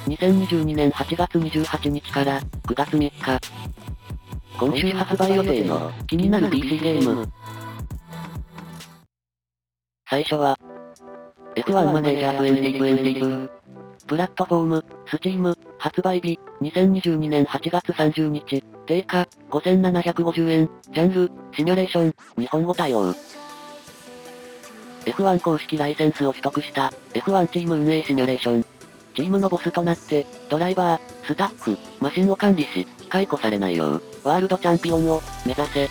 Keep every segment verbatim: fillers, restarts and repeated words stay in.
にせんにじゅうにねんはちがつにじゅうはちにちからくがつみっか。今週発売予定の気になる ピーシー ゲーム。最初は、エフワン マネージャーにせんにじゅうに。プラットフォーム、Steam、発売日、にせんにじゅうにねんはちがつさんじゅうにち、定価、ごせんななひゃくごじゅうえん、ジャンル、シミュレーション、日本語対応。エフワン 公式ライセンスを取得した、エフワン チーム運営シミュレーション。チームのボスとなって、ドライバー、スタッフ、マシンを管理し、解雇されないよう、ワールドチャンピオンを、目指せ。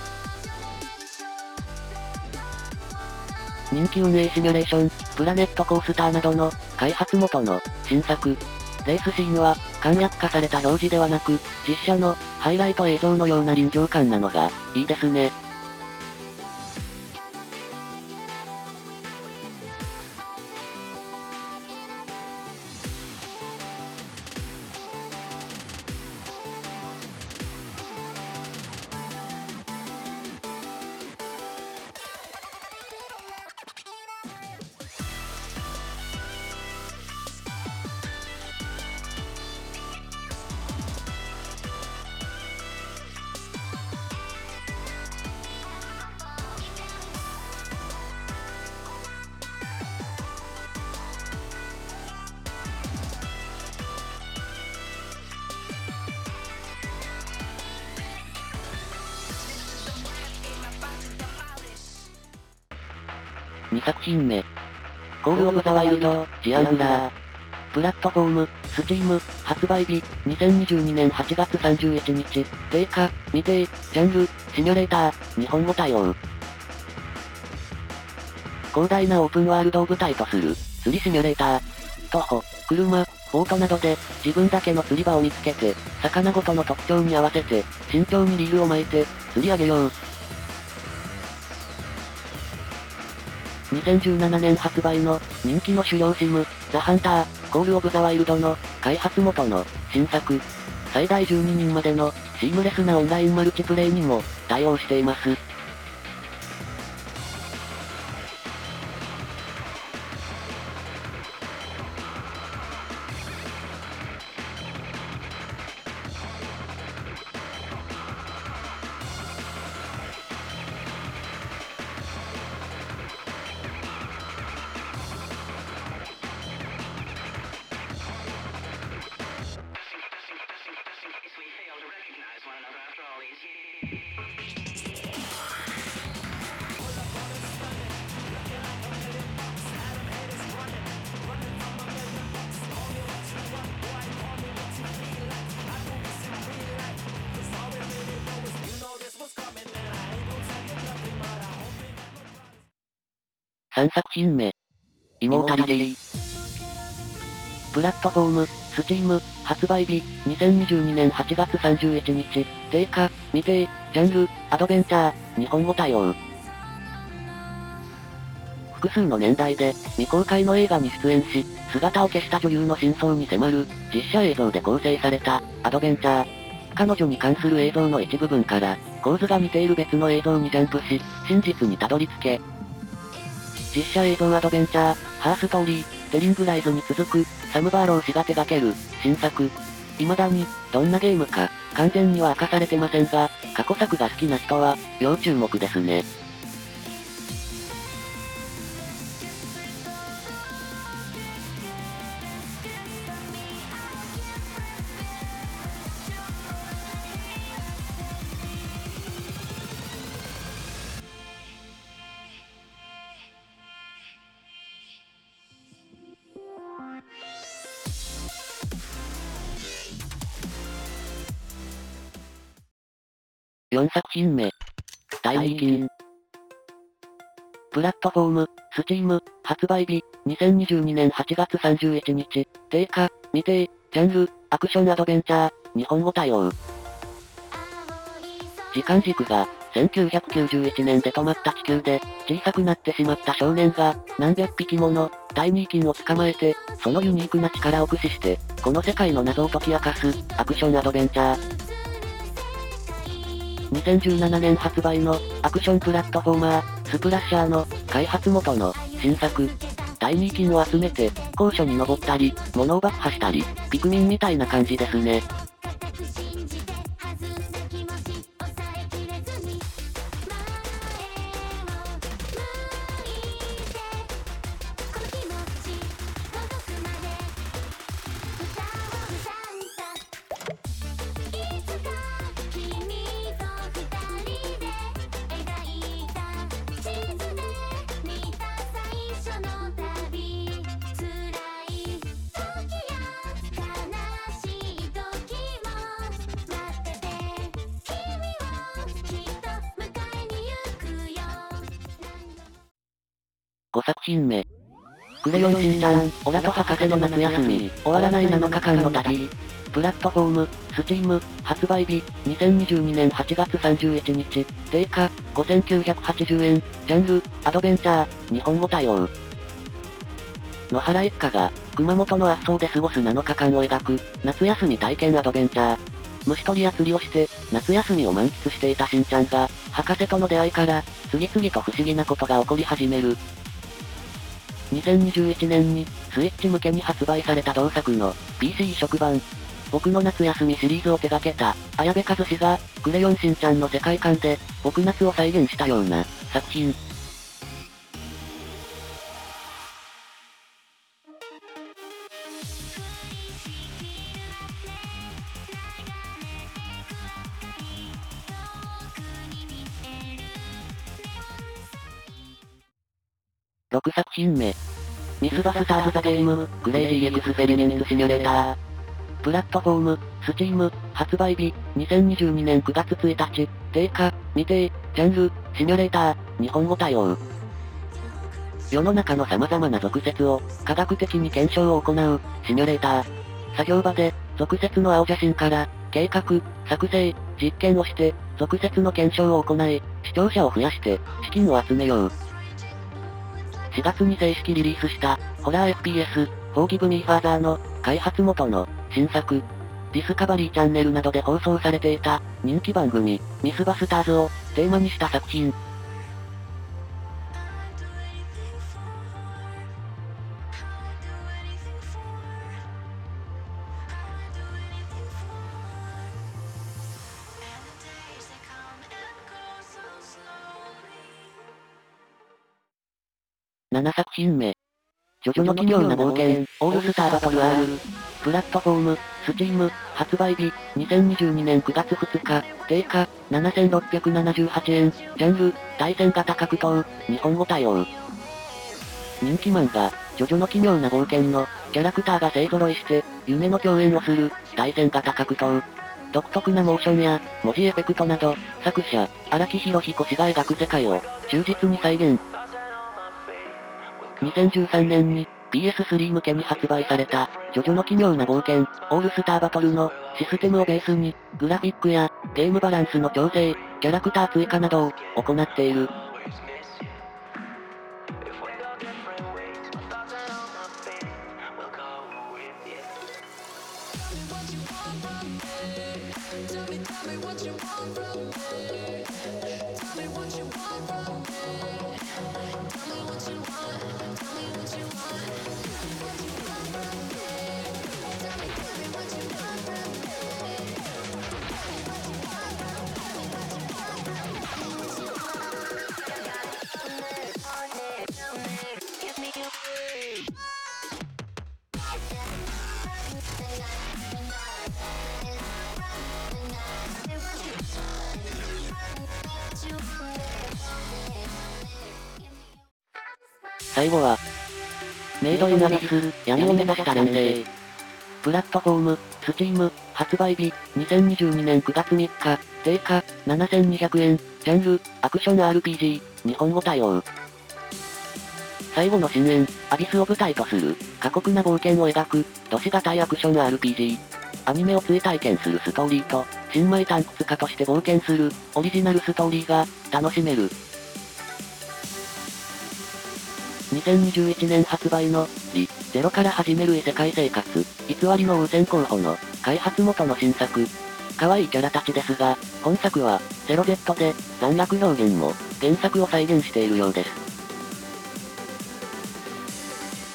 人気運営シミュレーション、プラネットコースターなどの、開発元の、新作。レースシーンは、簡略化された表示ではなく、実写の、ハイライト映像のような臨場感なのが、いいですね。にさく品目。コールオブザワイルド、ジアングラー。プラットフォーム、Steam、発売日、にせんにじゅうにねんはちがつさんじゅういちにち、定価、未定、ジャンル、シミュレーター、日本語対応。広大なオープンワールドを舞台とする、釣りシミュレーター。徒歩、車、ボートなどで、自分だけの釣り場を見つけて、魚ごとの特徴に合わせて、慎重にリールを巻いて、釣り上げよう。にせんじゅうななねん発売の人気の狩猟シム、ザ・ハンター、コール・オブ・ザ・ワイルドの開発元の新作。最大じゅうににんまでのシームレスなオンラインマルチプレイにも対応しています。さんさく品目。イモータリティ。プラットフォーム、Steam、発売日、にせんにじゅうにねんはちがつさんじゅういちにち、定価、未定、ジャンル、アドベンチャー、日本語対応。複数の年代で、未公開の映画に出演し、姿を消した女優の真相に迫る、実写映像で構成された、アドベンチャー。彼女に関する映像の一部分から、構図が似ている別の映像にジャンプし、真実にたどり着け。実写映像アドベンチャー、ハーストーリー、テリングライズに続く、サムバーロー氏が手掛ける、新作。未だに、どんなゲームか、完全には明かされてませんが、過去作が好きな人は、要注目ですね。よんさく品目。大二金。プラットフォーム、Steam、発売日、にせんにじゅうにねんはちがつさんじゅういちにち、定価、未定、ジャンル、アクションアドベンチャー、日本語対応。時間軸が、せんきゅうひゃくきゅうじゅういちねんで止まった地球で、小さくなってしまった少年が、何百匹もの、大二金を捕まえて、そのユニークな力を駆使して、この世界の謎を解き明かす、アクションアドベンチャー。にせんじゅうななねん発売のアクションプラットフォーマー、スプラッシャーの開発元の新作。タタイニー金を集めて、高所に登ったり、物を爆破したり、ピクミンみたいな感じですね。ごさく品目。クレヨンしんちゃん、オラと博士の夏休み、終わらないなのかかんの旅。プラットフォーム、スチーム、発売日、にせんにじゅうにねんはちがつさんじゅういちにち、定価、ごせんきゅうひゃくはちじゅうえん、ジャンル、アドベンチャー、日本語対応。野原一家が、熊本の圧走で過ごすなのかかんを描く、夏休み体験アドベンチャー。虫取りや釣りをして、夏休みを満喫していたしんちゃんが、博士との出会いから、次々と不思議なことが起こり始める。にせんにじゅういちねんに、スイッチ向けに発売された同作の、ピーシー 触版。僕の夏休みシリーズを手掛けた、綾部和志が、クレヨンしんちゃんの世界観で、僕夏を再現したような、作品。ろくさく品目。ミスバスターズ・ザ・ゲーム、クレイジー・エクスペリメント・シミュレーター。プラットフォーム、スチーム、発売日、にせんにじゅうにねんくがつついたち、定価、未定、ジャンル、シミュレーター、日本語対応。世の中の様々な俗説を、科学的に検証を行う、シミュレーター。作業場で、俗説の青写真から、計画、作成、実験をして、俗説の検証を行い、視聴者を増やして、資金を集めよう。しがつに正式リリースした、ホラー エフピーエス、Forgive Me Father の、開発元の、新作。ディスカバリーチャンネルなどで放送されていた、人気番組、ミスバスターズを、テーマにした作品。ななさく品目。ジョジョの奇妙な冒険、オールスターバトル R。プラットフォーム、スチーム、発売日、にせんにじゅうにねんくがつふつか、定価、ななせんろっぴゃくななじゅうはちえん、ジャンル、対戦型格闘、日本語対応。人気漫画、ジョジョの奇妙な冒険の、キャラクターが勢揃いして、夢の共演をする、対戦型格闘。独特なモーションや、文字エフェクトなど、作者、荒木博彦氏が描く世界を、忠実に再現。にせんじゅうさんねんに、ピーエススリー 向けに発売された、ジョジョの奇妙な冒険、オールスターバトルの、システムをベースに、グラフィックや、ゲームバランスの調整、キャラクター追加などを、行っている。最後は、メイドインアビス、闇を目指した連星。プラットフォーム、スチーム、発売日、にせんにじゅうにねんくがつみっか、定価、ななせんにひゃくえん、ジャンル、アクション アールピージー、日本語対応。最後の深淵、アビスを舞台とする、過酷な冒険を描く、都市型アクション アールピージー。アニメを追体験するストーリーと、新米探掘家として冒険する、オリジナルストーリーが、楽しめる。にせんにじゅういちねん発売の、リ、ゼロから始める異世界生活、偽りの優先候補の、開発元の新作。可愛いキャラたちですが、本作は、セロジェットで、残虐表現も、原作を再現しているようです。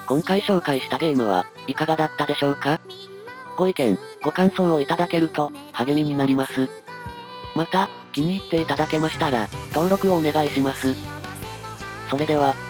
今回紹介したゲームはいかがだったでしょうか？ご意見、ご感想をいただけると励みになります。また、気に入っていただけましたら、登録をお願いします。それでは、